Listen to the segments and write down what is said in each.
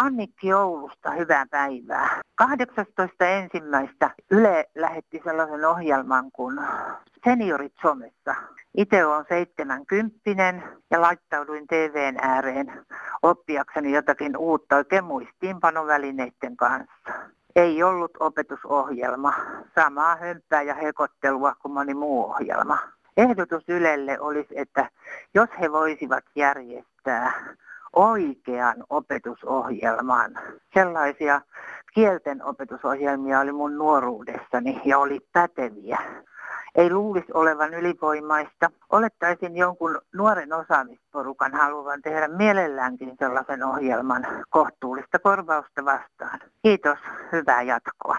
Annikki Oulusta, hyvää päivää. 18.1. Yle lähetti sellaisen ohjelman kuin Seniorit somessa. Itse olen 70 ja laittauduin TVn ääreen oppiakseni jotakin uutta oikein muistiinpanovälineiden kanssa. Ei ollut opetusohjelma, samaa hömpää ja hekottelua kuin moni muu ohjelma. Ehdotus Ylelle olisi, että jos he voisivat järjestää oikean opetusohjelman. Sellaisia kielten opetusohjelmia oli mun nuoruudessani ja oli päteviä. Ei luulisi olevan ylivoimaista. Olettaisin jonkun nuoren osaamisporukan haluavan tehdä mielelläänkin sellaisen ohjelman kohtuullista korvausta vastaan. Kiitos, hyvää jatkoa.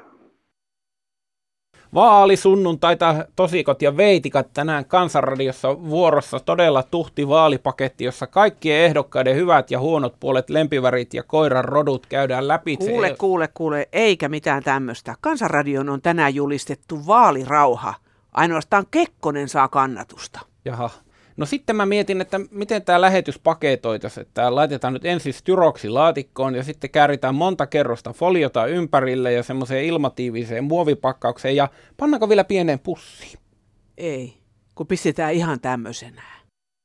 Vaalisunnuntaita tosikot ja veitikat tänään Kansanradiossa vuorossa todella tuhti vaalipaketti, jossa kaikkien ehdokkaiden hyvät ja huonot puolet, lempivärit ja koiran rodut käydään läpi. Kuule, eikä mitään tämmöistä. Kansanradion on tänään julistettu vaalirauha. Ainoastaan Kekkonen saa kannatusta. Jaha. No sitten mä mietin, että miten tämä lähetys paketoitaisiin, että laitetaan nyt ensin styroksilaatikkoon ja sitten kääritään monta kerrosta foliota ympärille ja semmoiseen ilmatiiviseen muovipakkaukseen ja pannaanko vielä pieneen pussiin? Ei, kun pistetään ihan tämmöisenään.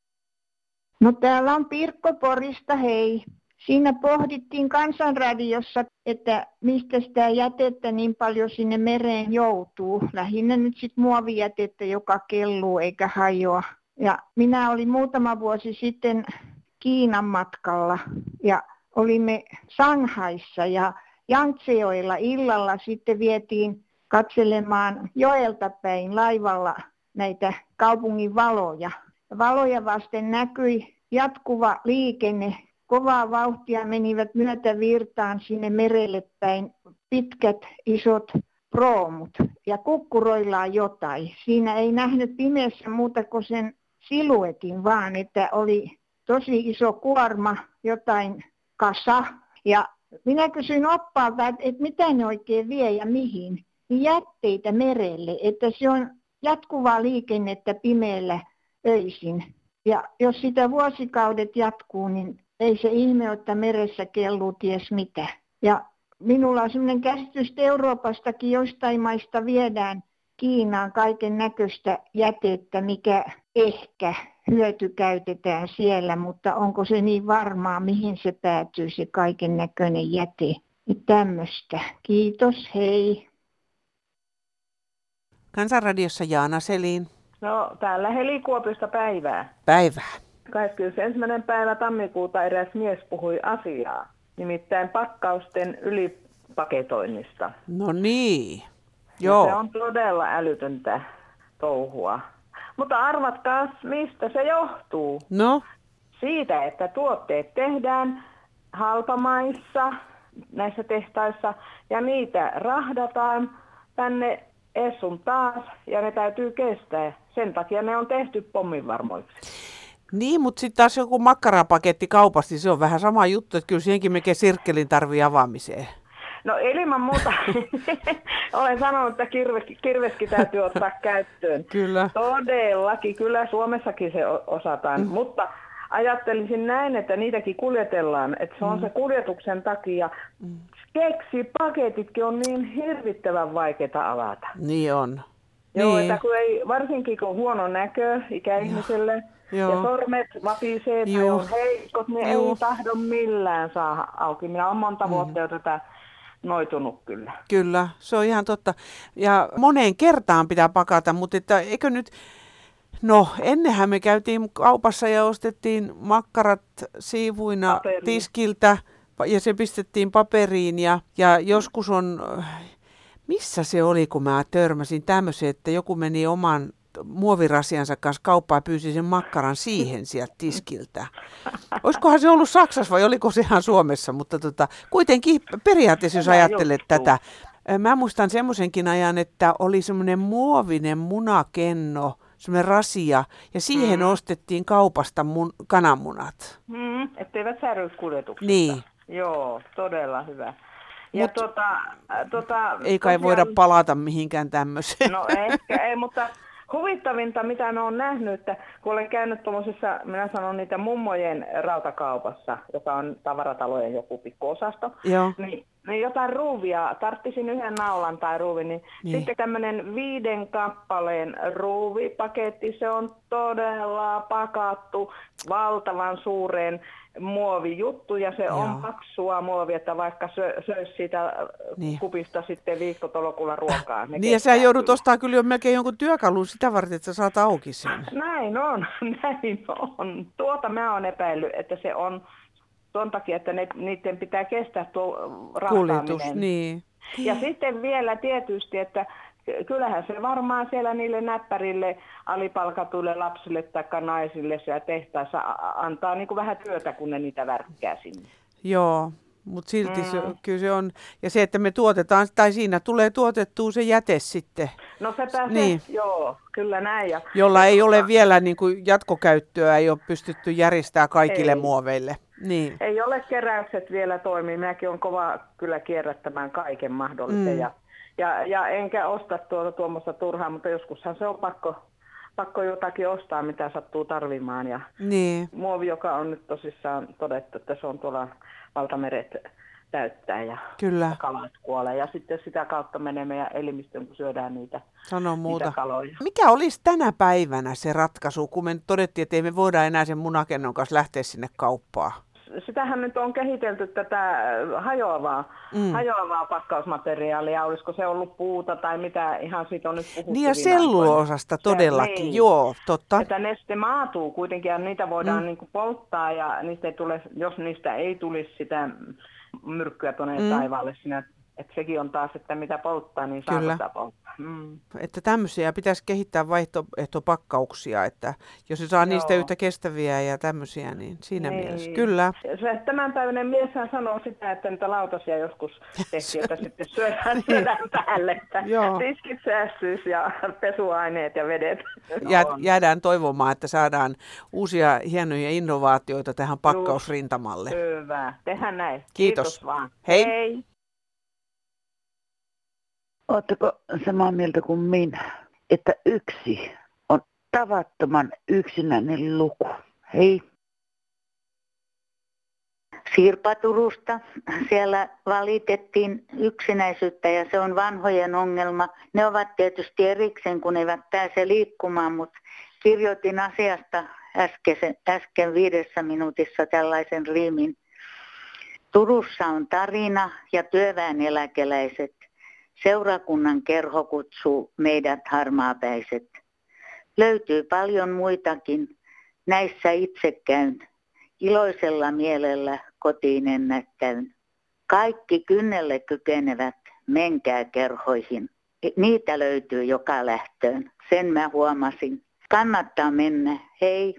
No täällä on Pirkko Porista, hei. Siinä pohdittiin Kansanradiossa, että mistä sitä jätettä niin paljon sinne mereen joutuu. Lähinnä nyt sitten muovijätettä, joka kelluu eikä hajoa. Ja minä olin muutama vuosi sitten Kiinan matkalla ja olimme Shanghaissa ja Yangtzejoella illalla sitten vietiin katselemaan joelta päin laivalla näitä kaupungin valoja. Valoja vasten näkyi jatkuva liikenne. Kovaa vauhtia menivät myötävirtaan sinne merelle päin pitkät isot proomut ja kukkuroillaan jotain. Siinä ei nähnyt pimeässä muuta kuin sen siluetin vaan, että oli tosi iso kuorma, jotain kasa. Ja minä kysyin oppaalta, että mitä ne oikein vie ja mihin. Niin jätteitä merelle, että se on jatkuvaa liikennettä pimeällä öisin. Ja jos sitä vuosikaudet jatkuu, niin ei se ihme, että meressä kelluu ties mitä. Ja minulla on sellainen käsitys, että Euroopastakin jostain maista viedään Kiinaan kaiken näköistä jätettä, mikä ehkä hyötykäytetään siellä, mutta onko se niin varmaa, mihin se päätyy se kaiken näköinen jäte. Tämmöistä. Kiitos, hei. Kansanradiossa Jaana Selin. No täällä Helikuopista päivää. Päivää. 21. päivä tammikuuta eräs mies puhui asiaa, nimittäin pakkausten ylipaketoinnista. No niin, joo. Se on todella älytöntä touhua. Mutta arvatkaas, mistä se johtuu? No? Siitä, että tuotteet tehdään halpamaissa, näissä tehtaissa, ja niitä rahdataan tänne essun taas, ja ne täytyy kestää. Sen takia ne on tehty pomminvarmoiksi. Niin, mutta sitten taas joku makkarapaketti kaupasta, se on vähän sama juttu, että kyllä siihenkin melkein sirkkelin tarvii avaamiseen. No ilman muuta olen sanonut, että kirveskin täytyy ottaa käyttöön. Kyllä. Todellakin, kyllä Suomessakin se osataan, mutta ajattelisin näin, että niitäkin kuljetellaan, että se on se kuljetuksen takia. Keksipaketitkin on niin hirvittävän vaikeita avata. Niin on. Joo, niin. Että kun ei, varsinkin kun huono näkö ikäihmiselle ja sormet vapisee tai on heikot, niin ei tahdo millään saada auki. Minä olen monta vuotta jo tätä noitunut kyllä. Kyllä, se on ihan totta. Ja moneen kertaan pitää pakata, mutta että eikö nyt... No, ennenhän me käytiin kaupassa ja ostettiin makkarat siivuina tiskiltä ja se pistettiin paperiin ja joskus on... Missä se oli, kun mä törmäsin tämmöisen, että joku meni oman muovirasiansa kanssa kauppaan ja pyysi sen makkaran siihen sieltä tiskiltä. Olisikohan se ollut Saksassa vai oliko se ihan Suomessa, mutta kuitenkin periaatteessa jos ajattelet tätä. Mä muistan semmoisenkin ajan, että oli semmoinen muovinen munakenno, semmoinen rasia ja siihen ostettiin kaupasta kananmunat. Etteivät särry kuljetuksesta. Niin. Joo, todella hyvä. Ja ei kai voida palata mihinkään tämmöiseen. No ehkä ei, mutta Huvittavinta, mitä mä oon nähnyt, että kun olen käynyt tuollaisessa, minä sanon niitä mummojen rautakaupassa, joka on tavaratalojen joku pikkuosasto, niin jotain ruuvia, tarttisin yhden naulan tai ruuvin, niin sitten tämmöinen 5 kappaleen ruuvipaketti, se on todella pakattu valtavan suureen muovijuttu ja se on paksua muovia, että vaikka söisi siitä kupista sitten viikkotolokulla ruokaa. Niin ja sä joudut ostamaan kyllä jo melkein jonkun työkalun sitä varten, että sä saat auki sen. Näin on. Tuota mä oon epäillyt, että se on tuon takia, että niiden pitää kestää tuo rahtaaminen. Kuljetus, niin. Ja sitten vielä tietysti, että kyllähän se varmaan siellä niille näppärille alipalkatuille lapsille tai naisille siellä tehtaassa antaa niin kuin vähän työtä, kun ne niitä värkkää sinne. Joo, mutta silti kyllä se on, ja se, että me tuotetaan, tai siinä tulee tuotettua se jäte sitten. No sepä se, joo, kyllä näin. Jolla ei ole vielä niin kuin jatkokäyttöä, ei ole pystytty järjestämään kaikille muoveille. Niin. Ei ole keräykset vielä toimii. Minäkin olen kova kyllä kierrättämään kaiken mahdollisen. Ja enkä osta tuommoista turhaa, mutta joskushan se on pakko jotakin ostaa, mitä sattuu tarvimaan. Ja muovi, joka on nyt tosissaan todettu, että se on tuolla valtameret täyttää ja kalat kuolee. Ja sitten sitä kautta menee meidän elimistöön, kun syödään niitä kaloja. Mikä olisi tänä päivänä se ratkaisu, kun me todettiin, että ei me voida enää sen munakennon kanssa lähteä sinne kauppaan? Sitähän nyt on kehitelty tätä hajoavaa pakkausmateriaalia. Olisiko se ollut puuta tai mitä, ihan siitä on nyt puhuttu. Niin ja selluloosasta todellakin, joo, totta. Että ne sitten maatuu kuitenkin ja niitä voidaan niin kuin polttaa ja niistä ei tule, jos niistä ei tulisi sitä myrkkyä tuonne taivaalle sinä. Että sekin on taas, että mitä polttaa, niin saa sitä polttaa. Että tämmöisiä pitäisi kehittää vaihtoehtopakkauksia, että jos se saa niistä yhtä kestäviä ja tämmöisiä, niin siinä mielessä. Kyllä. Se tämänpäiväinen mieshän sanoo sitä, että niitä lautasia joskus tehtiin, että sitten syödään päälle, että tiskit säästyisi ja pesuaineet ja vedet. Jäädään toivomaan, että saadaan uusia hienoja innovaatioita tähän pakkausrintamalle. Hyvä. Tehdään näin. Kiitos vaan. Hei. Oletteko samaa mieltä kuin minä, että 1 on tavattoman yksinäinen luku? Hei. Sirpa Turusta. Siellä valitettiin yksinäisyyttä ja se on vanhojen ongelma. Ne ovat tietysti erikseen, kun eivät pääse liikkumaan, mutta kirjoitin asiasta äsken 5 minuutissa tällaisen riimin. Turussa on tarina ja työväeneläkeläiset. Seurakunnan kerho kutsuu meidät harmaapäiset. Löytyy paljon muitakin. Näissä itse käyn. Iloisella mielellä kotiin ennättäyn. Kaikki kynnelle kykenevät, menkää kerhoihin. Niitä löytyy joka lähtöön. Sen mä huomasin. Kannattaa mennä. Hei.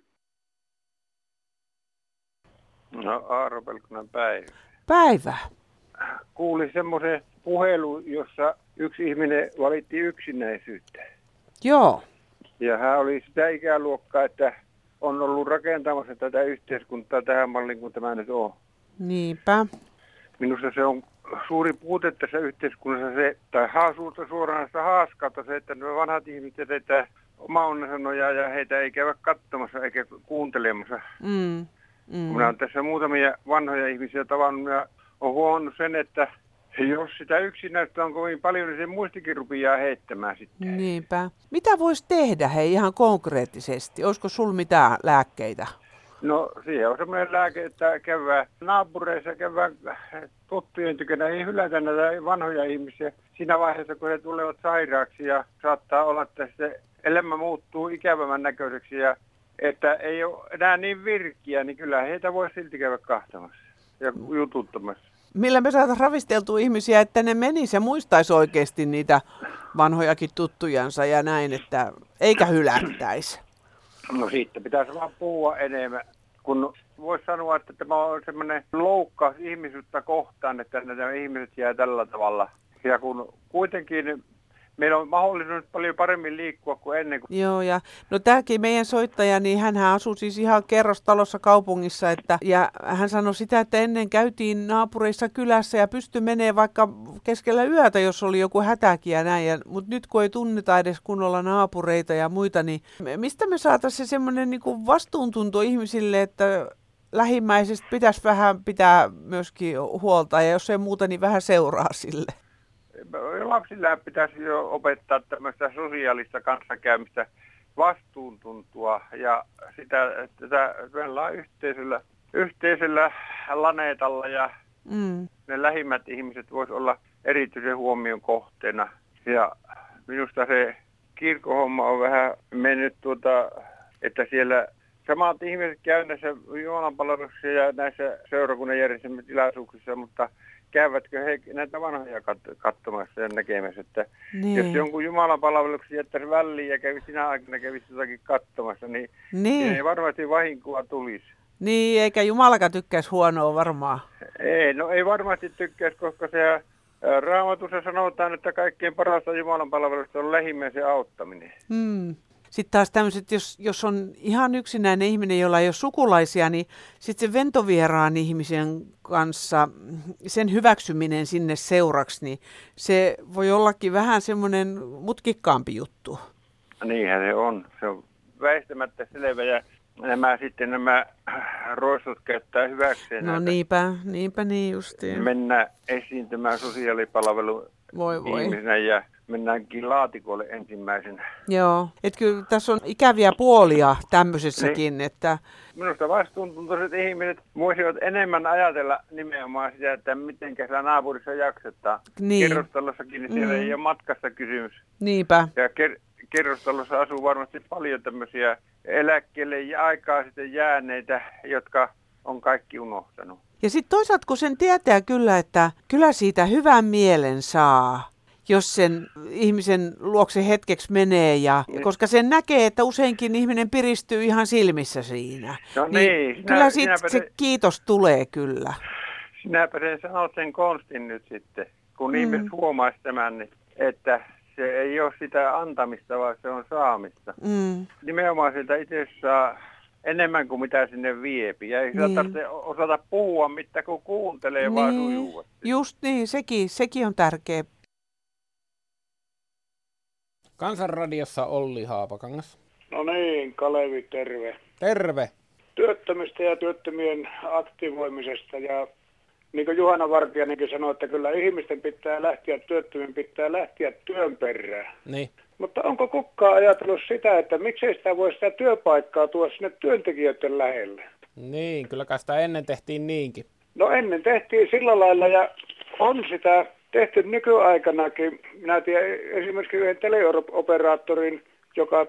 No Aaro Pelkonen, päivä. Päivä. Kuulin semmoisen puhelun, jossa yksi ihminen valitti yksinäisyyttä. Joo. Ja hän oli sitä ikäluokkaa, että on ollut rakentamassa tätä yhteiskuntaa tähän malliin, kun tämä nyt on. Niinpä. Minusta se on suuri puute tässä yhteiskunnassa se, tai suoraan sitä haaskautta se, että nämä vanhat ihmiset että oma onnensa nojaa ja heitä ei käydä katsomassa eikä kuuntelemassa. Minä olen tässä muutamia vanhoja ihmisiä tavannut ja olen huomannut sen, että jos sitä yksinäistä on kovin paljon, niin se muistikin rupeaa heittämään sitten. Niinpä. Mitä voisi tehdä hei ihan konkreettisesti? Olisiko sulla mitään lääkkeitä? No siihen on semmoinen lääke, että käydään naapureissa, käydään tuttujen tykönä, ei hylätä näitä vanhoja ihmisiä siinä vaiheessa, kun he tulevat sairaaksi ja saattaa olla, että se elämä muuttuu ikävämmän näköiseksi ja että ei ole enää niin virkiä, niin kyllä heitä voi silti käydä kahtamassa ja jututtamassa. Millä me saataisiin ravisteltua ihmisiä, että ne menisi ja muistaisi oikeasti niitä vanhojakin tuttujansa ja näin, että eikä hylättäisi? No siitä pitäisi vaan puhua enemmän, kun voisi sanoa, että tämä on semmoinen loukkaus ihmisyyttä kohtaan, että nämä ihmiset jää tällä tavalla. Ja kun kuitenkin meillä on mahdollisuus paljon paremmin liikkua kuin ennen. Joo, ja no tämäkin meidän soittaja, niin hän asui siis ihan kerrostalossa kaupungissa, ja hän sanoi sitä, että ennen käytiin naapureissa kylässä ja pystyi menemään vaikka keskellä yötä, jos oli joku hätäkin ja näin, mutta nyt kun ei tunneta edes kunnolla naapureita ja muita, niin mistä me saataisiin semmoinen niin kuin vastuuntunto ihmisille, että lähimmäisestä pitäisi vähän pitää myöskin huolta, ja jos ei muuta, niin vähän seuraa sille. Lapsilla pitäisi jo opettaa tämmöistä sosiaalista kanssakäymistä, vastuuntuntua ja sitä, että meillä on yhteisöllä laneetalla ja ne lähimmät ihmiset vois olla erityisen huomion kohteena. Ja minusta se kirkkohomma on vähän mennyt että siellä samat ihmiset käy näissä jumalanpalveluksissa ja näissä seurakunnan järjestämissä tilaisuuksissa, mutta käyvätkö he näitä vanhoja katsomassa ja näkemässä, että jos jonkun jumalanpalveluksen jättäisi väliin ja sinä aikana kävisi jotakin katsomassa, niin ei varmasti vahinkoa tulisi. Niin, eikä Jumalakaan tykkäisi huonoa varmaan. Ei varmasti tykkäisi, koska se Raamatussa sanotaan, että kaikkein parasta jumalanpalvelusta on lähimmäisen auttaminen. Sitten taas tämmöiset, jos on ihan yksinäinen ihminen, jolla ei ole sukulaisia, niin sitten se ventovieraan ihmisen kanssa, sen hyväksyminen sinne seuraksi, niin se voi ollakin vähän semmoinen mutkikkaampi juttu. Niinhän se on. Se on väistämättä selvä ja nämä roistot käyttää hyväkseen. No niinpä niin justiin. Mennään esiintymään sosiaalipalvelun ihmisenä ja mennäänkin laatikolle ensimmäisenä. Joo, että kyllä tässä on ikäviä puolia tämmöisessäkin, että minusta vastuuntuntoiset ihmiset voisivat enemmän ajatella nimenomaan sitä, että miten siellä naapurissa jaksetaan. Niin. Kerrostalossakin niin siellä ei ole matkasta kysymys. Niinpä. Ja kerrostalossa asuu varmasti paljon tämmöisiä eläkkeelle ja aikaa sitten jääneitä, jotka on kaikki unohtanut. Ja sitten toisaalta kun sen tietää kyllä, että kyllä siitä hyvän mielen saa, jos sen ihmisen luokse hetkeksi menee, koska sen näkee, että useinkin ihminen piristyy ihan silmissä siinä. No niin kyllä sitten se kiitos tulee kyllä. Sinäpä sen sanot sen konstin nyt sitten, kun ihmiset huomaisi tämän, niin, että se ei ole sitä antamista, vaan se on saamista. Nimenomaan siltä itse saa enemmän kuin mitä sinne viepi. Ja ei sitä tarvitse osata puhua mitään, kun kuuntelee vaan sujuvasti. Just niin, sekin on tärkeä. Kansanradiossa Olli Haapakangas. No niin, Kalevi, terve. Terve. Työttömistä ja työttömien aktivoimisesta ja niin kuin Juhana Vartiainenkin sanoi, että kyllä ihmisten työttömien pitää lähteä työn perään. Niin. Mutta onko kukaan ajatellut sitä, että miksei sitä voi sitä työpaikkaa tuoda sinne työntekijöiden lähelle? Niin, kyllä sitä ennen tehtiin niinkin. No ennen tehtiin sillä lailla ja on sitä tehty nykyaikanakin. Minä tiedän esimerkiksi yhden teleoperaattorin, joka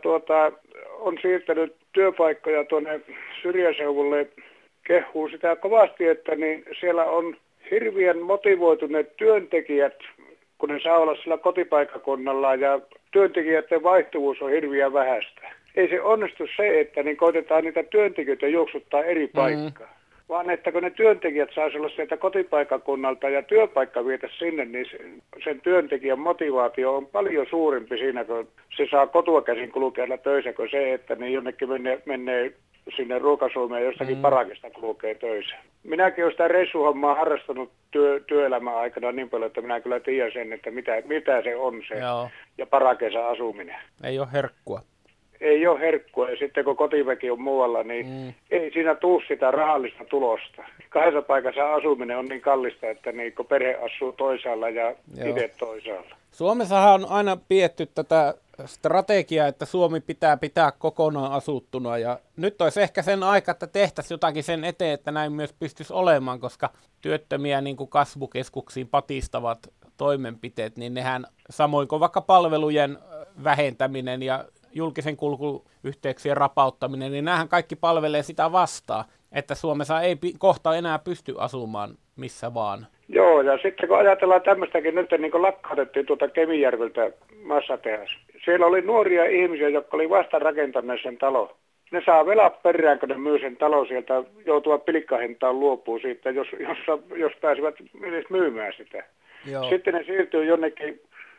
on siirtänyt työpaikkoja tuonne syrjäseudulle, kehuu sitä kovasti, että niin siellä on hirveän motivoituneet työntekijät, kun ne saa olla sillä kotipaikkakunnalla ja työntekijöiden vaihtuvuus on hirveän vähäistä. Ei se onnistu se, että niin koitetaan niitä työntekijöitä juoksuttaa eri paikkaan, vaan että kun ne työntekijät saisi olla sieltä kotipaikkakunnalta ja työpaikka vietä sinne, niin sen työntekijän motivaatio on paljon suurempi siinä, kun se saa kotua käsin kulkeella töissä, kuin se, että niin jonnekin menee sinne Ruoka-Suomeen jostakin parakista kulkee töissä. Minäkin olen sitä reissuhommaa harrastanut työelämän aikana niin paljon, että minä kyllä tiedän sen, että mitä se on se ja parakesa asuminen. Ei ole herkkua. Ei ole herkkua ja sitten kun kotiväki on muualla, niin ei siinä tule sitä rahallista tulosta. Kahdessa paikassa asuminen on niin kallista, että niin, kun perhe asuu toisaalla ja itse toisaalla. Suomessahan on aina pietty tätä strategiaa, että Suomi pitää kokonaan asuttuna ja nyt olisi ehkä sen aika, että tehtäisiin jotakin sen eteen, että näin myös pystyisi olemaan, koska työttömiä niin kuin kasvukeskuksiin patistavat toimenpiteet, niin nehän samoin kuin vaikka palvelujen vähentäminen ja julkisen kulkuyhteyksien rapauttaminen, niin näähän kaikki palvelee sitä vastaan, että Suomessa ei kohta enää pysty asumaan missä vaan. Joo, ja sitten kun ajatellaan tämmöistäkin nyt, niin kuin lakkautettiin Kemijärveltä massatehas. Siellä oli nuoria ihmisiä, jotka oli vasta rakentaneet sen talon. Ne saa velat perään, kun ne myy sen talon sieltä, joutua pilkkahintaan luopuu siitä, jos pääsivät edes myymään sitä. Joo. Sitten ne siirtyy jonnekin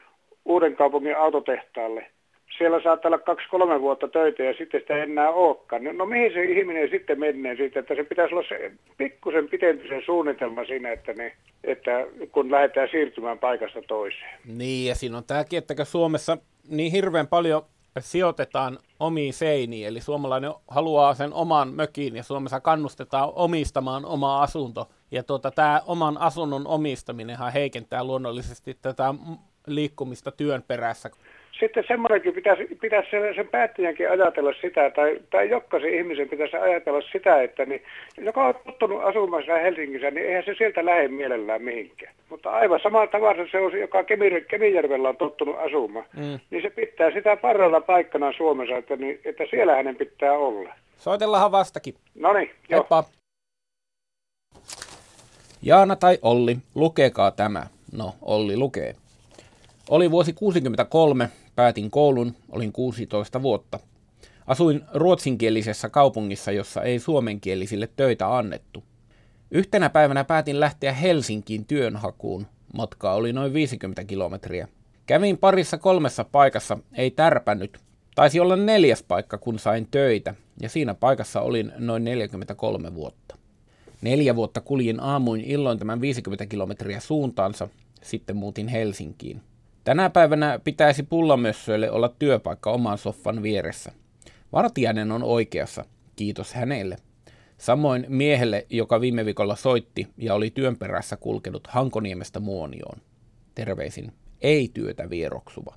Uudenkaupungin autotehtaalle. Siellä saattaa olla 2-3 vuotta töitä ja sitten sitä ei enää olekaan. No mihin se ihminen sitten menee siitä, että se pitäisi olla se pikkusen pitempisen suunnitelma siinä, että kun lähdetään siirtymään paikasta toiseen. Niin, ja siinä on tämäkin, että Suomessa niin hirveän paljon sijoitetaan omiin seiniin, eli suomalainen haluaa sen oman mökin, ja Suomessa kannustetaan omistamaan oma asunto. Ja tämä oman asunnon omistaminenhan heikentää luonnollisesti tätä liikkumista työn perässä. Sitten semmoinenkin pitäisi sen päättäjänkin ajatella sitä, tai jokaisen ihmisen pitäisi ajatella sitä, että joka on tottunut asumaan Helsingissä, niin eihän se sieltä lähde mielellään mihinkään. Mutta aivan samalla tavalla se on, joka Kemijärvellä on tottunut asumaan, niin se pitää sitä parhaalla paikkana Suomessa, että siellä hänen pitää olla. Soitellaanhan vastakin. Noniin, joo. Heippa. Jaana tai Olli, lukekaa tämä. No, Olli lukee. Oli vuosi 1963, päätin koulun, olin 16 vuotta. Asuin ruotsinkielisessä kaupungissa, jossa ei suomenkielisille töitä annettu. Yhtenä päivänä päätin lähteä Helsinkiin työnhakuun. Matkaa oli noin 50 kilometriä. Kävin 2-3 paikassa, ei tärpännyt. Taisi olla 4. paikka, kun sain töitä, ja siinä paikassa olin noin 43 vuotta. 4 vuotta kuljin aamuin illoin tämän 50 kilometriä suuntaansa, sitten muutin Helsinkiin. Tänä päivänä pitäisi pullamössöille olla työpaikka oman soffan vieressä. Vartijainen on oikeassa, kiitos hänelle. Samoin miehelle, joka viime viikolla soitti ja oli työn perässä kulkenut Hankoniemestä Muonioon. Terveisin, ei työtä vieroksuva.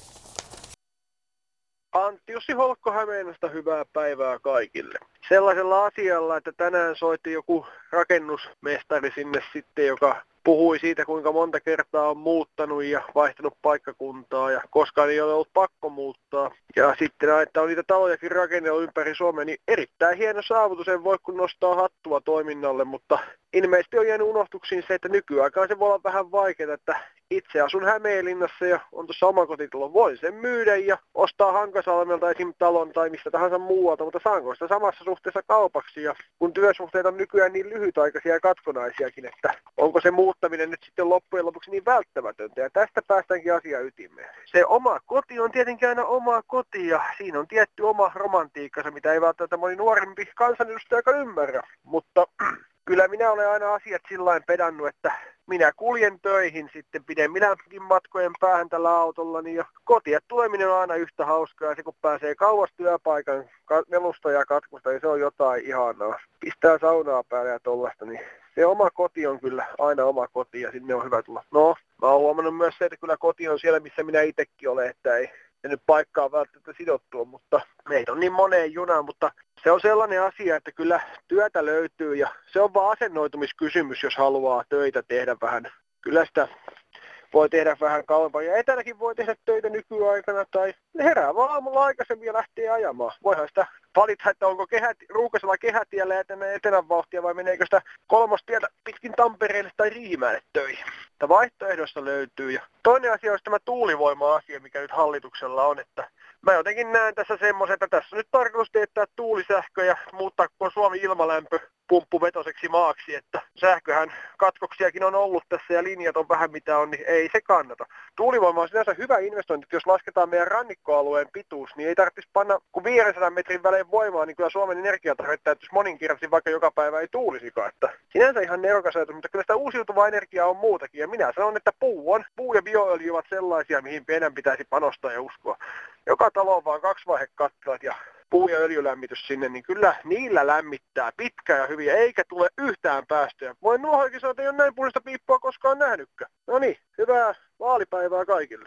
Antti Jussi Holkko Hämeenästä, hyvää päivää kaikille. Sellaisella asialla, että tänään soitti joku rakennusmestari sinne sitten, joka puhui siitä, kuinka monta kertaa on muuttanut ja vaihtanut paikkakuntaa ja koskaan ei ole ollut pakko muuttaa. Ja sitten, että on niitä talojakin rakennellut ympäri Suomea, niin erittäin hieno saavutus, en voi kun nostaa hattua toiminnalle, mutta ilmeisesti on jäänyt unohtuksiin se, että nykyaikaan se voi olla vähän vaikeaa, että itse asun Hämeenlinnassa ja on tuossa omakotitalo. Voin sen myydä ja ostaa Hankasalmelta esim. Talon tai mistä tahansa muualta, mutta saanko sitä samassa suhteessa kaupaksi? Ja kun työsuhteet on nykyään niin lyhytaikaisia ja katkonaisiakin, että onko se muuttaminen nyt sitten loppujen lopuksi niin välttämätöntä? Ja tästä päästäänkin asian ytimeen. Se oma koti on tietenkin aina oma koti ja siinä on tietty oma romantiikkansa, mitä ei välttämättä moni nuorempi kansanedustajakaan ymmärrä. Mutta kyllä minä olen aina asiat sillain pedannut, että minä kuljen töihin sitten pidemmilläkin matkojen päähän tällä autollani ja kotia tuleminen on aina yhtä hauskaa ja se kun pääsee kauas työpaikan melusta ja katkusta, niin se on jotain ihanaa. Pistää saunaa päälle ja tollaista, niin se oma koti on kyllä aina oma koti ja sinne on hyvä tulla. No, mä oon huomannut myös se, että kyllä koti on siellä, missä minä itsekin olen, että ei se nyt paikkaa välttämättä sidottua, mutta meitä on niin moneen junaan, mutta se on sellainen asia, että kyllä työtä löytyy ja se on vaan asennoitumiskysymys, jos haluaa töitä tehdä vähän. Kyllä sitä voi tehdä vähän kauempaa ja etänäkin voi tehdä töitä nykyaikana tai herää vaan aamulla aikaisemmin ja lähtee ajamaan. Voihan sitä valita, että onko Ruukasella kehätiellä etenän vauhtia vai meneekö sitä kolmostietä pitkin Tampereelle tai Riihimäelle töihin. Tämä vaihtoehdosta löytyy. Ja toinen asia on tämä tuulivoima-asia, mikä nyt hallituksella on, että mä jotenkin näen tässä semmoisen, että tässä on nyt tarkoitus teettää tuulisähkö ja muuttaa koko Suomi ilmalämpö pumppuvetoseksi maaksi, että sähköhän katkoksiakin on ollut tässä ja linjat on vähän mitä on, niin ei se kannata. Tuulivoima on sinänsä hyvä investointi, että jos lasketaan meidän rannikkoalueen pituus, niin ei tarvitsisi panna kuin 500 metrin välein voimaa, niin kyllä Suomen energiatarve täytyisi moninkertaisesti, vaikka joka päivä ei tuulisikaan. Että sinänsä ihan nerokas ajatus, mutta kyllä sitä uusiutuvaa energiaa on muutakin ja minä sanon, että puu ja bioöljy ovat sellaisia, mihin meidän pitäisi panostaa ja uskoa. Joka talo on vaan 2-vaihekattilat ja puu- ja öljylämmitys sinne, niin kyllä niillä lämmittää pitkään ja hyvin, eikä tule yhtään päästöjä. Voin nuohoikin sanoa, että ei ole näin punaista piippua koskaan nähnytkään. No niin, hyvää vaalipäivää kaikille.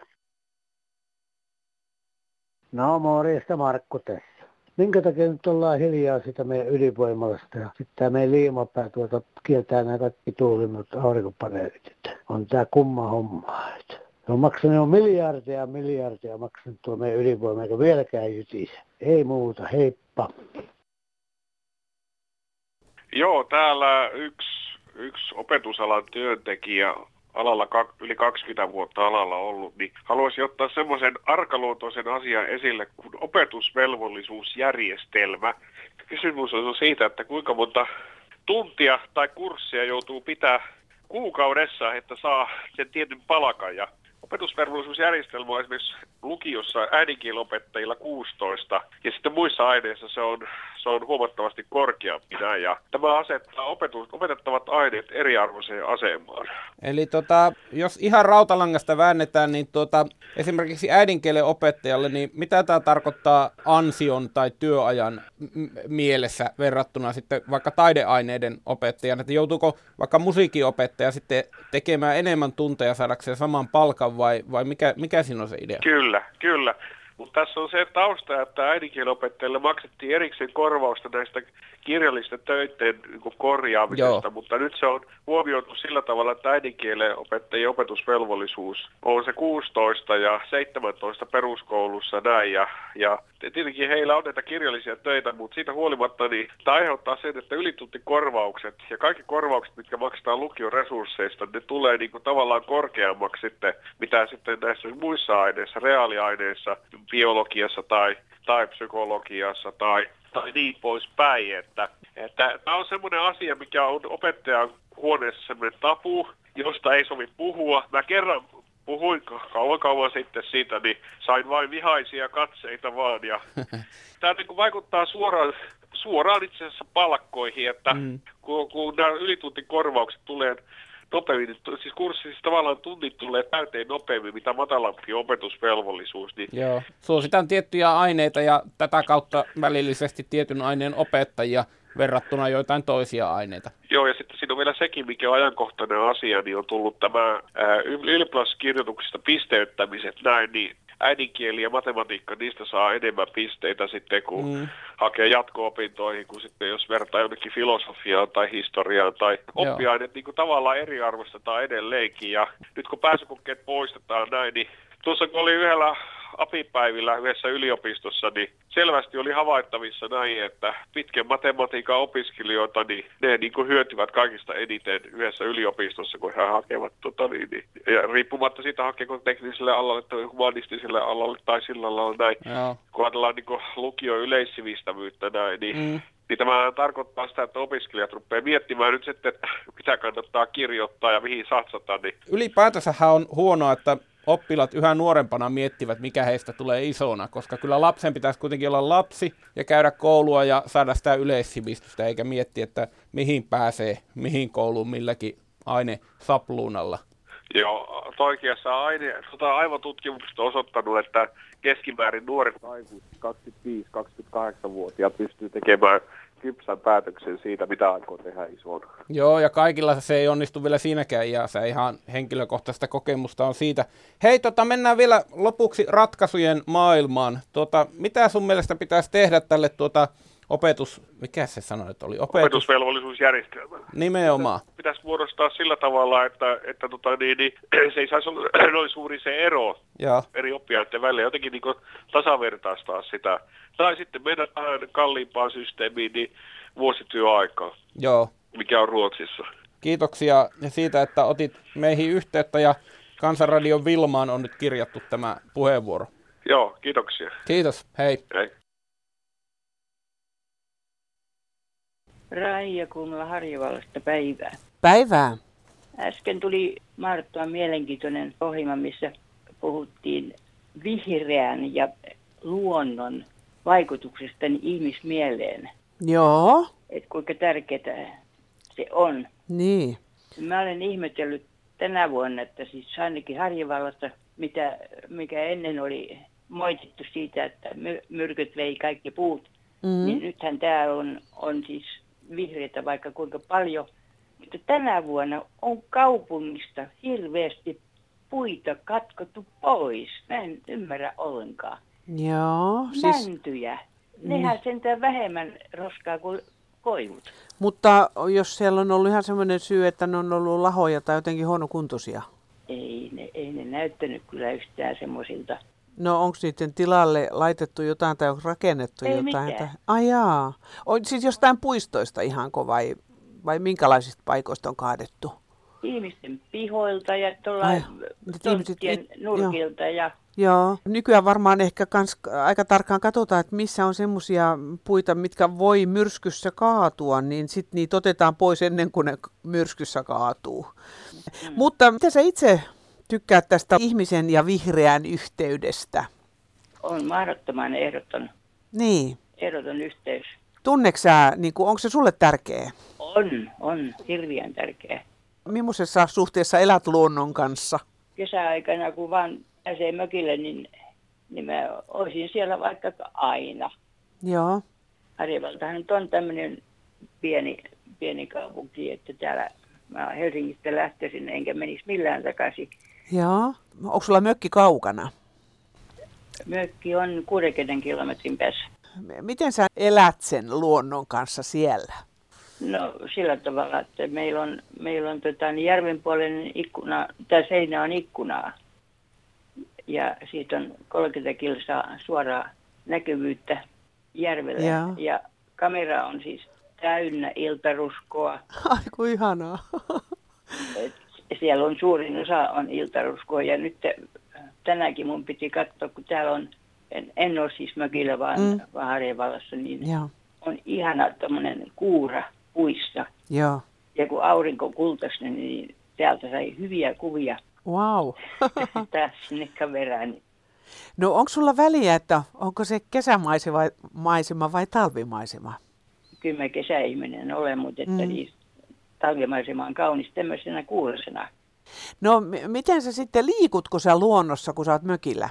No morjesta, Markku tässä. Minkä takia nyt ollaan hiljaa sitä meidän ydinvoimalasta ja sitten tämä meidän liimapää kieltää nämä kaikki tuulimmat aurinkopaneelit. On tämä kumma homma. Se on maksanut miljardeja maksanut tuo meidän ydinvoima, eikä vieläkään jytise. Ei muuta, heippa. Joo, täällä yksi opetusalan työntekijä, alalla yli 20 vuotta alalla ollut, niin haluaisin ottaa semmoisen arkaluontoisen asian esille kuin opetusvelvollisuusjärjestelmä. Kysymys on siitä, että kuinka monta tuntia tai kurssia joutuu pitää kuukaudessa, että saa sen tietyn palkan ja opetusvelvollisuusjärjestelmä on esimerkiksi lukiossa äidinkielopettajilla 16 ja sitten muissa aineissa se on huomattavasti korkeampi näin. Ja tämä asettaa opetettavat aineet eriarvoiseen asemaan. Eli jos ihan rautalangasta väännetään, niin esimerkiksi äidinkielen opettajalle, niin mitä tämä tarkoittaa ansion tai työajan mielessä verrattuna sitten vaikka taideaineiden opettajan? Että joutuuko vaikka musiikinopettaja sitten tekemään enemmän tunteja saadakseen saman palkan vai mikä siinä on se idea? Kyllä. Mutta tässä on se tausta, että äidinkielopettajille maksettiin erikseen korvausta näistä kirjallisten töiden korjaamisesta, mutta nyt se on huomioitu sillä tavalla, että äidinkielen opettajien opetusvelvollisuus on se 16 ja 17 peruskoulussa näin. Ja tietenkin heillä on näitä kirjallisia töitä, mutta siitä huolimatta niin tämä aiheuttaa sen, että ylituntikorvaukset ja kaikki korvaukset, mitkä maksetaan lukion resursseista, ne tulee niin kuin tavallaan korkeammaksi sitten, mitä sitten näissä muissa aineissa, reaaliaineissa, biologiassa tai psykologiassa tai niin poispäin, että tämä on semmoinen asia, mikä on opettajan huoneessa semmoinen tabu, josta ei sovi puhua. Mä kerran puhuin kauan sitten siitä, niin sain vain vihaisia katseita vaan. Ja tämä niin kuin vaikuttaa suoraan itse asiassa palkkoihin, että kun nämä ylituntikorvaukset tulee nopeammin, siis kurssissa tavallaan tunnit tulee täyteen nopeammin, mitä matalampi opetusvelvollisuus. Niin joo, suositaan tiettyjä aineita ja tätä kautta välillisesti tietyn aineen opettajia verrattuna joitain toisia aineita. Joo, ja sitten siinä on vielä sekin, mikä on ajankohtainen asia, niin on tullut tämä ylioppilaskirjoituksista pisteyttämiset näin, niin äidinkieli ja matematiikka, niistä saa enemmän pisteitä sitten, kun hakee jatko-opintoihin, kun sitten jos vertaa jonnekin filosofiaan tai historiaan tai oppiaineet, niin kuin tavallaan eriarvoistetaan edelleenkin. Ja nyt kun pääsykokeet poistetaan näin, niin tuossa kun oli yhdellä apipäivillä yhdessä yliopistossa, niin selvästi oli havaittavissa näin, että pitkän matematiikan opiskelijoita, niin ne niin kuin hyötyvät kaikista eniten yhdessä yliopistossa, kun he hakevat, ja riippumatta siitä hakeeko tekniselle alalle tai humanistiselle alalle tai sillä lailla näin, kun ajatellaan niin kuin lukion yleissivistävyyttä näin, niin tämä tarkoittaa sitä, että opiskelijat rupeaa miettimään nyt sitten, että mitä kannattaa kirjoittaa ja mihin satsata. Niin. Ylipäätänsähän on huonoa, että oppilaat yhä nuorempana miettivät, mikä heistä tulee isona, koska kyllä lapsen pitäisi kuitenkin olla lapsi ja käydä koulua ja saada sitä yleissivistystä, eikä miettiä, että mihin pääsee, mihin kouluun milläkin ainesapluunalla. Joo, oikeassa aivotutkimukset on osoittanut, että keskimäärin nuoret aikuiset 25-28-vuotiaat pystyy tekemään kypsän päätöksen siitä, mitä aikoo tehdä isona. Joo, ja kaikilla se ei onnistu vielä siinäkään iässä. Ihan henkilökohtaista kokemusta on siitä. Hei, mennään vielä lopuksi ratkaisujen maailmaan. Mitä sun mielestä pitäisi tehdä tälle mikä se sanoi, että oli? Opetusvelvollisuusjärjestelmä. Nimenomaan. Pitäisi muodostaa sillä tavalla, että se ei saisi olla noin suuri se ero eri oppiaiden välillä. Jotenkin niin tasavertaistaa sitä. Tai sitten mennä tähän kalliimpaan systeemiin, niin vuosityöaikaa, mikä on Ruotsissa. Kiitoksia siitä, että otit meihin yhteyttä ja Kansanradion Vilmaan on nyt kirjattu tämä puheenvuoro. Joo, kiitoksia. Kiitos, hei. Hei. Raija Kumla Harjavallasta, päivää. Päivää. Äsken tuli mahdottoman mielenkiintoinen ohjelma, missä puhuttiin vihreän ja luonnon vaikutuksesta ihmismieleen. Joo. Että kuinka tärkeää se on. Niin. Mä olen ihmetellyt tänä vuonna, että siis ainakin Harjavallassa, mikä ennen oli moitittu siitä, että myrkyt vei kaikki puut, niin nythän täällä on siis vihreitä vaikka kuinka paljon. Mutta tänä vuonna on kaupungista hirveästi puita katkottu pois. Mä en ymmärrä ollenkaan. Joo. Mäntyjä. Nehän sentään vähemmän roskaa kuin koivut. Mutta jos siellä on ollut ihan semmoinen syy, että ne on ollut lahoja tai jotenkin huonokuntoisia? Ei ne näyttänyt kyllä yhtään semmoisilta. No onko niiden tilalle laitettu jotain tai onko rakennettu ei jotain? Mitään. Jaa. On siis jostain puistoista ihanko vai minkälaisista paikoista on kaadettu? Ihmisten pihoilta ja tonttien nurkilta. Joo. Nykyään varmaan ehkä aika tarkkaan katsotaan, että missä on semmoisia puita, mitkä voi myrskyssä kaatua, niin sitten niitä otetaan pois ennen kuin ne myrskyssä kaatuu. Mutta mitä sä itse tykkäät tästä ihmisen ja vihreän yhteydestä? On mahdottoman ehdoton. Niin. Ehdoton yhteys. Tunneeko sä, onko se sulle tärkeä? On hirveän tärkeä. Millaisessa suhteessa elät luonnon kanssa? Kesäaikana, kun vaan pääsee mökille, niin mä olisin siellä vaikka aina. Joo. Harjavaltahan nyt on tämmöinen pieni kaupunki, että täällä mä Helsingistä lähtöisin enkä menisi millään takaisin. Joo. Onko sulla mökki kaukana? Mökki on 60 kilometrin päässä. Miten sä elät sen luonnon kanssa siellä? No sillä tavalla, että meillä on järvenpuoleinen ikkuna, tämä seinä on ikkunaa. Ja siitä on 30 kilsaa suoraa näkyvyyttä järvelle. Ja kamera on siis täynnä iltaruskoa. Ai kuin ihanaa. Siellä on suurin osa on iltaruskoa ja nyt tänäänkin mun piti katsoa, kun täällä on, en ole siis mökillä vaan Harjavallassa, niin on ihana tommonen kuura puissa. Joo. Ja kun aurinko kultaisi, niin täältä sai hyviä kuvia. Wow. Taas sinne kameraan. No onko sulla väliä, että onko se kesämaisema vai talvimaisema? Kyllä mä kesäihminen olen, mutta talvimaisema on kaunis tämmöisenä kuurisena. No miten sä sitten liikutko sä luonnossa, kun sä oot mökillä?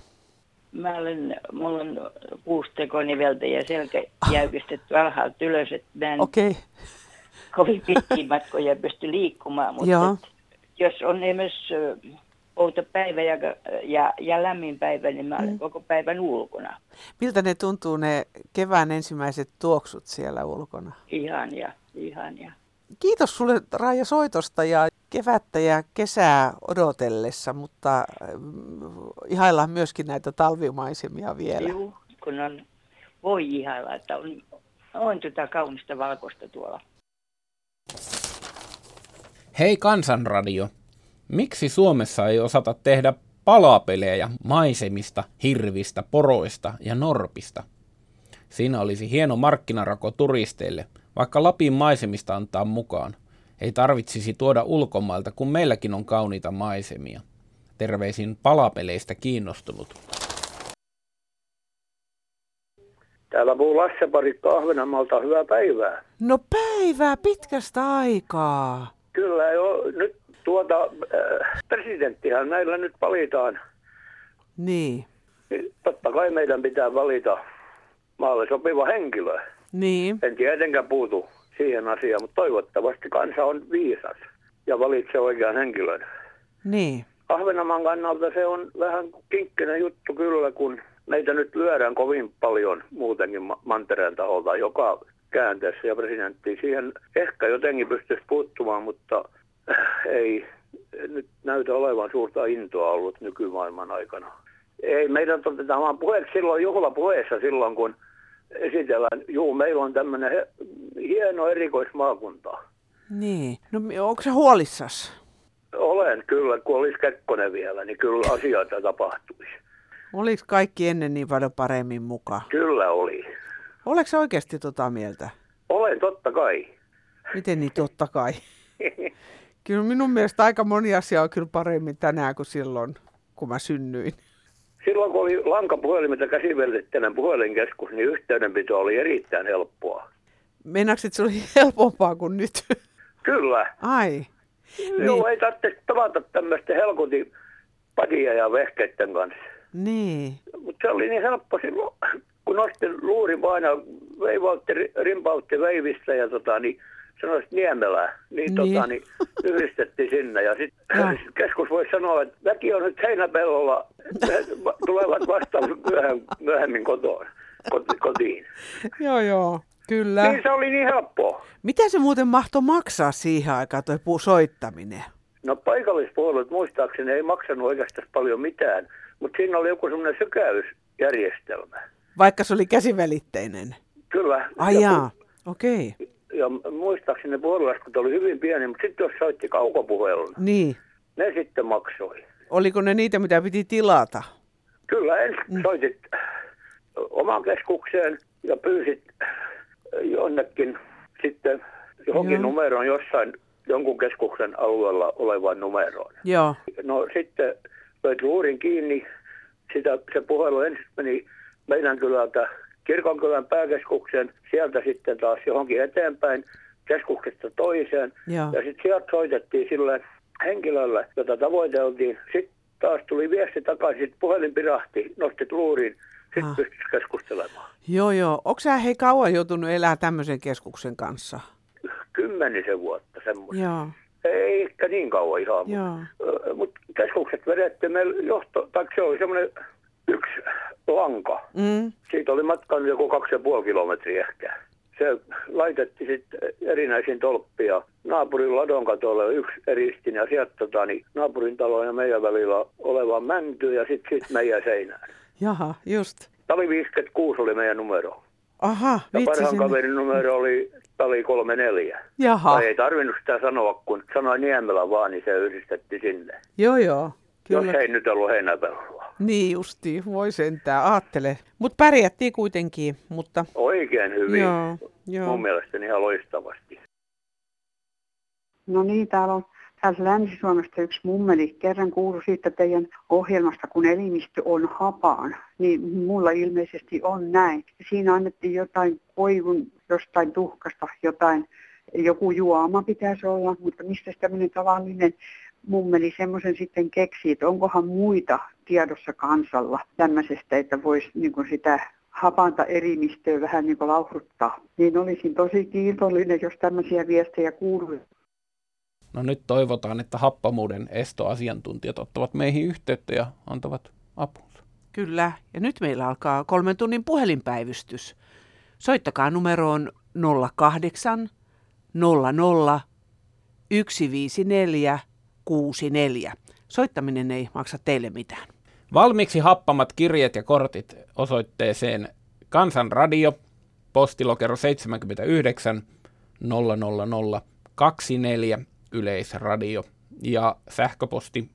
Mulla on kuustekoniveltä ja selkä jäykistetty alhaalta ylös, että mä en kovin pitkiä matkoja pysty liikkumaan, mutta jos on esimerkiksi outo päivä ja lämmin päivä, niin mä olen koko päivän ulkona. Miltä ne tuntuu ne kevään ensimmäiset tuoksut siellä ulkona? Ihania. Kiitos sulle Raija soitosta ja kevättä ja kesää odotellessa, mutta ihaillaan myöskin näitä talvimaisemia vielä. Joo, kun voi ihailla, että on kaunista valkoista tuolla. Hei Kansanradio, miksi Suomessa ei osata tehdä palapelejä maisemista, hirvistä, poroista ja norpista? Siinä olisi hieno markkinarako turisteille, vaikka Lapin maisemista antaa mukaan. Ei tarvitsisi tuoda ulkomailta, kun meilläkin on kauniita maisemia. Terveisin palapeleistä kiinnostunut. Täällä puhuu Lasse Parikka Ahvenanmaalta. Hyvää päivää. No päivää pitkästä aikaa. Kyllä jo. Nyt presidenttihän näillä nyt valitaan. Niin. Totta kai meidän pitää valita maalle sopiva henkilö. Niin. En tietenkään puutu siihen asiaan, mutta toivottavasti kansa on viisas ja valitsee oikean henkilön. Niin. Ahvenanmaan kannalta se on vähän kinkkinen juttu kyllä, kun meitä nyt lyödään kovin paljon muutenkin mantereen taholta joka käänteessä ja presidentti siihen ehkä jotenkin pystyisi puuttumaan, mutta ei nyt näytä olevan suurta intoa ollut nykymaailman aikana. Ei meidän otetaan vaan puheeksi silloin juhlapuheessa silloin, kun esitellään, meillä on tämmöinen hieno erikoismaakunta. Niin. No onko se huolissas? Olen kyllä, kun olisi Kekkonen vielä, niin kyllä asioita tapahtuisi. Oliko kaikki ennen niin paljon paremmin mukaan? Kyllä oli. Oletko sä oikeasti mieltä? Olen, totta kai. Miten niin totta kai? Kyllä minun mielestä aika moni asia on kyllä paremmin tänään kuin silloin, kun mä synnyin. Silloin kun oli lankapuhelimet ja käsivellittäinen puhelinkeskus, niin yhteydenpito oli erittäin helppoa. Meinaatko, että se oli helpompaa kuin nyt? Kyllä. Ai. Joo, niin. Ei tarvitse tavata tämmöistä helkotipadia ja vehkeiden kanssa. Niin. Mutta se oli niin helppo silloin, kun nostin luurin aina, rimpautti veivistä ja niin sanoisit Niemelää, niin. Yhdistettiin sinne. Ja sitten keskus voisi sanoa, että väki on nyt heinäpellolla, tulevat vastaan myöhemmin kotiin. Joo, kyllä. Niin se oli niin helppoa. Mitä se muuten mahtoi maksaa siihen aikaan tuo soittaminen? No paikallispuolueet muistaakseni ei maksanut oikeastaan paljon mitään, mutta siinä oli joku semmoinen sykäysjärjestelmä. Vaikka se oli käsivälitteinen? Kyllä. Ai jaa, okei. Ja muistaakseni ne puoluelaskut oli hyvin pieni, mutta sitten jos soitti kaukopuhelun, niin. Ne sitten maksoi. Oliko ne niitä, mitä piti tilata? Kyllä, ensin soitit omaan keskukseen ja pyysit jonnekin sitten johonkin numeroon jossain jonkun keskuksen alueella olevan numeroon. Joo. No sitten löit luurin kiinni. Se puhelu ensin meni meidän kylältä Kirkonkylän pääkeskuksen, sieltä sitten taas johonkin eteenpäin keskuksesta toiseen. Joo. Ja sitten sieltä soitettiin sille henkilölle, jota tavoiteltiin. Sitten taas tuli viesti takaisin, puhelin pirahti, nostit luurin, sitten pystyisi keskustelemaan. Joo. Onko sä kauan joutunut elää tämmöisen keskuksen kanssa? 10 vuotta semmoista. Joo. Ei ehkä niin kauan ihan, mutta keskukset vedettiin meillä se oli semmoinen yksi lanka. Siitä oli matkan joku 2,5 kilometriä ehkä. Se laitettiin sitten erinäisiin tolppia. Naapurin ladon katolle yksi eristin ja sieltä naapurin talon ja meidän välillä oleva mänty ja sitten meidän seinään. Jaha, just. Tali 56 oli meidän numero. Aha, ja parhaan kaverin numero oli tali 34. Jaha. Tai ei tarvinnut sitä sanoa, kun sanoi Niemelä vaan, niin se yhdistettiin sinne. Joo. Kyllä. Jos ei nyt ollut heinäpeltoa. Niin justiin, voi sentään, aattele. Mutta pärjättiin kuitenkin, mutta... Oikein hyvin. Joo. Mun mielestäni ihan loistavasti. No niin, täällä on täältä Länsi-Suomesta yksi mummeli. Kerran kuului siitä teidän ohjelmasta, kun elimistö on hapaan. Niin mulla ilmeisesti on näin. Siinä annettiin jotain koivun jostain tuhkasta, joku juoma pitäisi olla, mutta mistä tämmöinen tavallinen mummeli semmoisen sitten keksii, että onkohan muita tiedossa kansalla tämmöisestä, että voisi niin sitä hapanta erimistöä vähän niin kuin lauhduttaa. Niin olisin tosi kiitollinen, jos tämmöisiä viestejä kuuluu. No nyt toivotaan, että happamuuden estoasiantuntijat ottavat meihin yhteyttä ja antavat apunsa. Kyllä, ja nyt meillä alkaa 3 tunnin puhelinpäivystys. Soittakaa numeroon 08 00 154 64. Soittaminen ei maksa teille mitään. Valmiiksi happamat kirjeet ja kortit osoitteeseen Kansanradio, postilokero 79 00024 Yleisradio ja sähköposti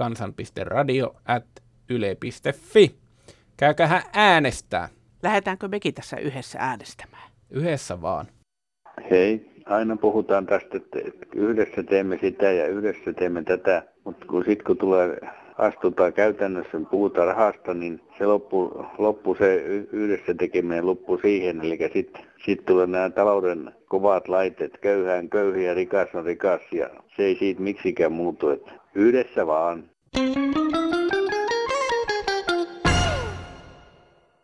kansan.radio@yle.fi. Käykähän äänestää. Lähdetäänkö mekin tässä yhdessä äänestämään? Yhdessä vaan. Hei, aina puhutaan tästä, että yhdessä teemme sitä ja yhdessä teemme tätä, mutta kun astutaan käytännössä, puhutaan rahasta, niin se loppu se yhdessä tekeminen loppuu siihen, eli sitten tulee nämä talouden kovat laitteet, köyhä on köyhiä, rikas on rikas, ja se ei siitä miksikään muutu, että yhdessä vaan.